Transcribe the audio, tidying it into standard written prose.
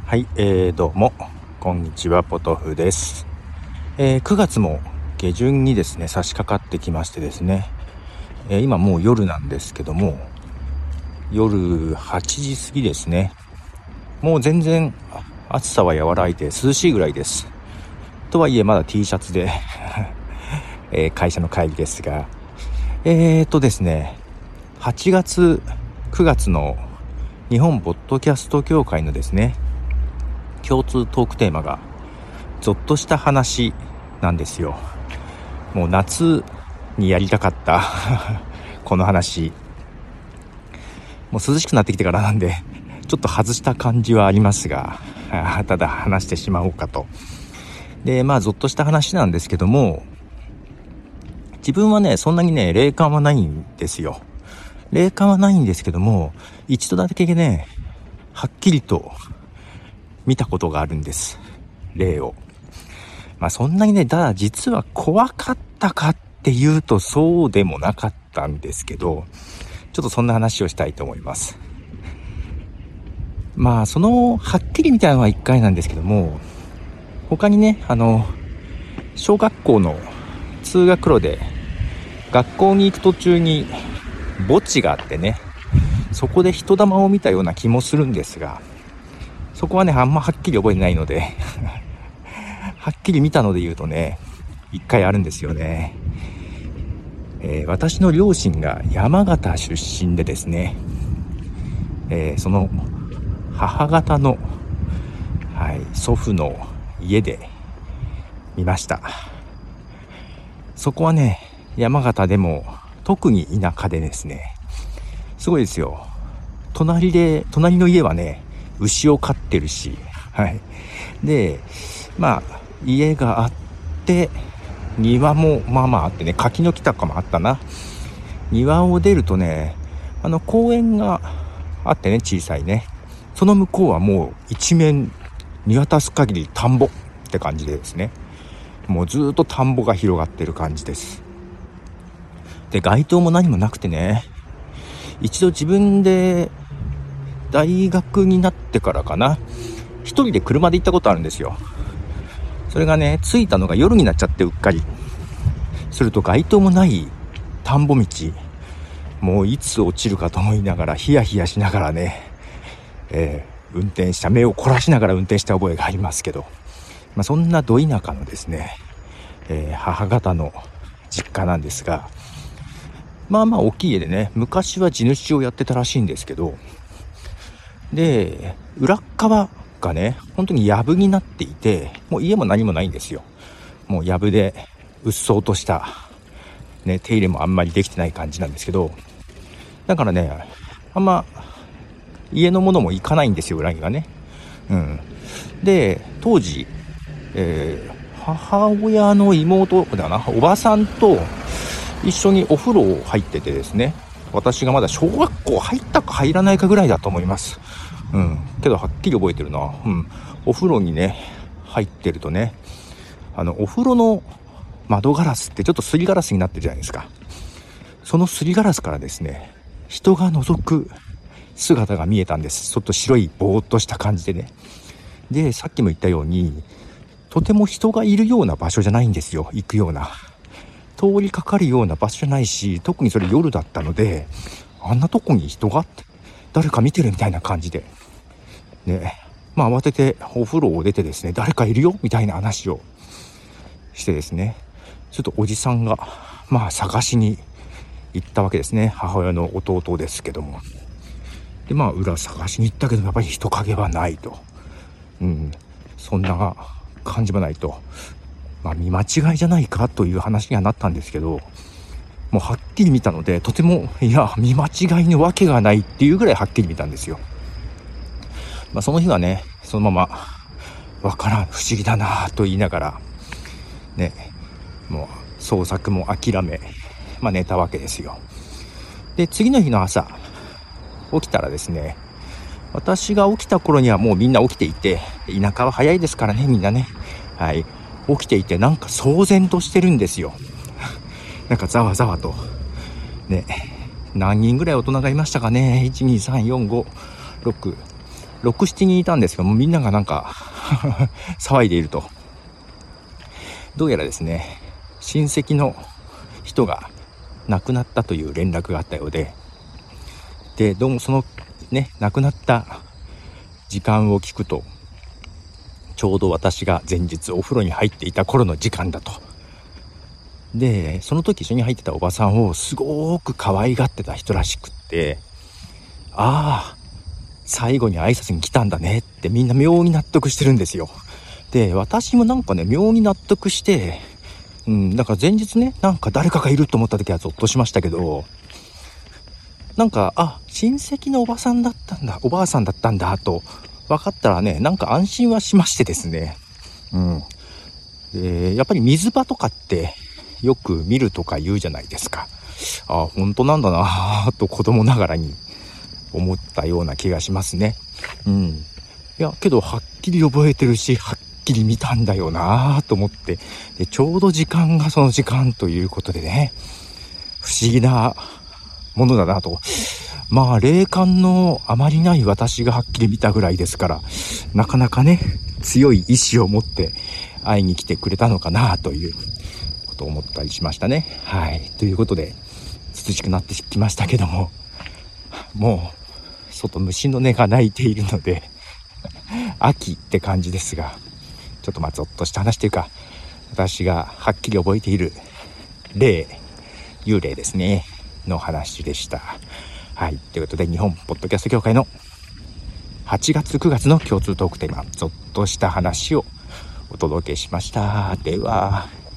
はい、どうもこんにちは、ポトフです。9月も下旬にですね差し掛かってきましてですね、今もう夜なんですけども、夜8時過ぎですね。もう全然暑さは和らいで涼しいぐらいです。とはいえまだ T シャツで、会社の帰りですが、ですね8月9月の日本ポッドキャスト協会のですね共通トークテーマがゾッとした話なんですよ。もう夏にやりたかったこの話、もう涼しくなってきてからなんでちょっと外した感じはありますが、ただ話してしまおうかと。で、ゾッとした話なんですけども、自分はねそんなにね霊感はないんですよ。霊感はないんですけども、一度だけねはっきりと見たことがあるんです、霊を。そんなにね実は怖かったかっていうとそうでもなかったんですけど、ちょっとそんな話をしたいと思います。そのはっきり見たのは1回なんですけども、他にね小学校の通学路で学校に行く途中に墓地があってね、そこで人玉を見たような気もするんですが、そこはねあんまはっきり覚えてないのではっきり見たので言うとね1回あるんですよね。私の両親が山形出身でですね、その母方の、祖父の家で見ました。そこはね山形でも特に田舎でですね、すごいですよ。隣の家はね牛を飼ってるし、で家があって庭もあってね、柿の木とかもあったな。庭を出るとね公園があってね、小さいね、その向こうはもう一面見渡す限り田んぼって感じでですね、もうずっと田んぼが広がってる感じです。で、街灯も何もなくてね、一度自分で大学になってからかな、一人で車で行ったことあるんですよ。それがね着いたのが夜になっちゃって、うっかりすると街灯もない田んぼ道、もういつ落ちるかと思いながらヒヤヒヤしながらね、運転した、目を凝らしながら運転した覚えがありますけど、そんなど田舎のですね、母方の実家なんですが、大きい家でね、昔は地主をやってたらしいんですけど、で裏っ側がね本当に藪になっていて、もう家も何もないんですよ。もう藪でうっそうとしたね、手入れもあんまりできてない感じなんですけど、だからねあんま家のものも行かないんですよ、裏にはね。で当時、母親の妹だな、おばさんと一緒にお風呂を入っててですね、私がまだ小学校入ったか入らないかぐらいだと思います。けどはっきり覚えてるな。お風呂にね入ってるとね、お風呂の窓ガラスってちょっとすりガラスになってるじゃないですか。そのすりガラスからですね人が覗く姿が見えたんです。ちょっと白いぼーっとした感じでね。でさっきも言ったように、とても人がいるような場所じゃないんですよ。行くような、通りかかるような場所じゃないし、特にそれ夜だったので、あんなとこに人がって誰か見てるみたいな感じでね、慌ててお風呂を出てですね、誰かいるよみたいな話をしてですね、ちょっとおじさんが探しに行ったわけですね。母親の弟ですけども。で裏探しに行ったけどやっぱり人影はないと、そんな感じもないと、見間違いじゃないかという話にはなったんですけど、もうはっきり見たので、とても見間違いのわけがないっていうぐらいはっきり見たんですよ。その日はねそのままわからん、不思議だなと言いながらね、もう捜索も諦め、寝たわけですよ。で次の日の朝起きたらですね、私が起きた頃にはもうみんな起きていて、田舎は早いですからね、みんなね、起きていて、なんか騒然としてるんですよ。なんかざわざわとね、何人ぐらい大人がいましたかね。1、2、3、4、5、6、 6、7人いたんですけども、みんながなんか騒いでいると。どうやらですね、親戚の人が亡くなったという連絡があったようで、どうもそのね、亡くなった時間を聞くと、ちょうど私が前日お風呂に入っていた頃の時間だと。で、その時一緒に入ってたおばさんをすごく可愛がってた人らしくって、ああ、最後に挨拶に来たんだねってみんな妙に納得してるんですよ。で、私もなんかね、妙に納得して、だから前日ね、なんか誰かがいると思った時はゾッとしましたけど、なんか、親戚のおばさんだったんだ、おばあさんだったんだと分かったらね、なんか安心はしましてですね。で、やっぱり水場とかってよく見るとか言うじゃないですか。本当なんだなと子供ながらに思ったような気がしますね。いやけどはっきり覚えてるし、はっきり見たんだよなと思って、でちょうど時間がその時間ということでね、不思議なものだなと。霊感のあまりない私がはっきり見たぐらいですから、なかなかね、強い意志を持って会いに来てくれたのかなということを思ったりしましたね。はい、ということで涼しくなってきましたけども、もう外虫の音が鳴いているので秋って感じですが、ちょっとゾッとした話というか、私がはっきり覚えている幽霊ですねの話でした。はい、ということで日本ポッドキャスト協会の8月9月の共通トークテーマ、ゾッとした話をお届けしました。では。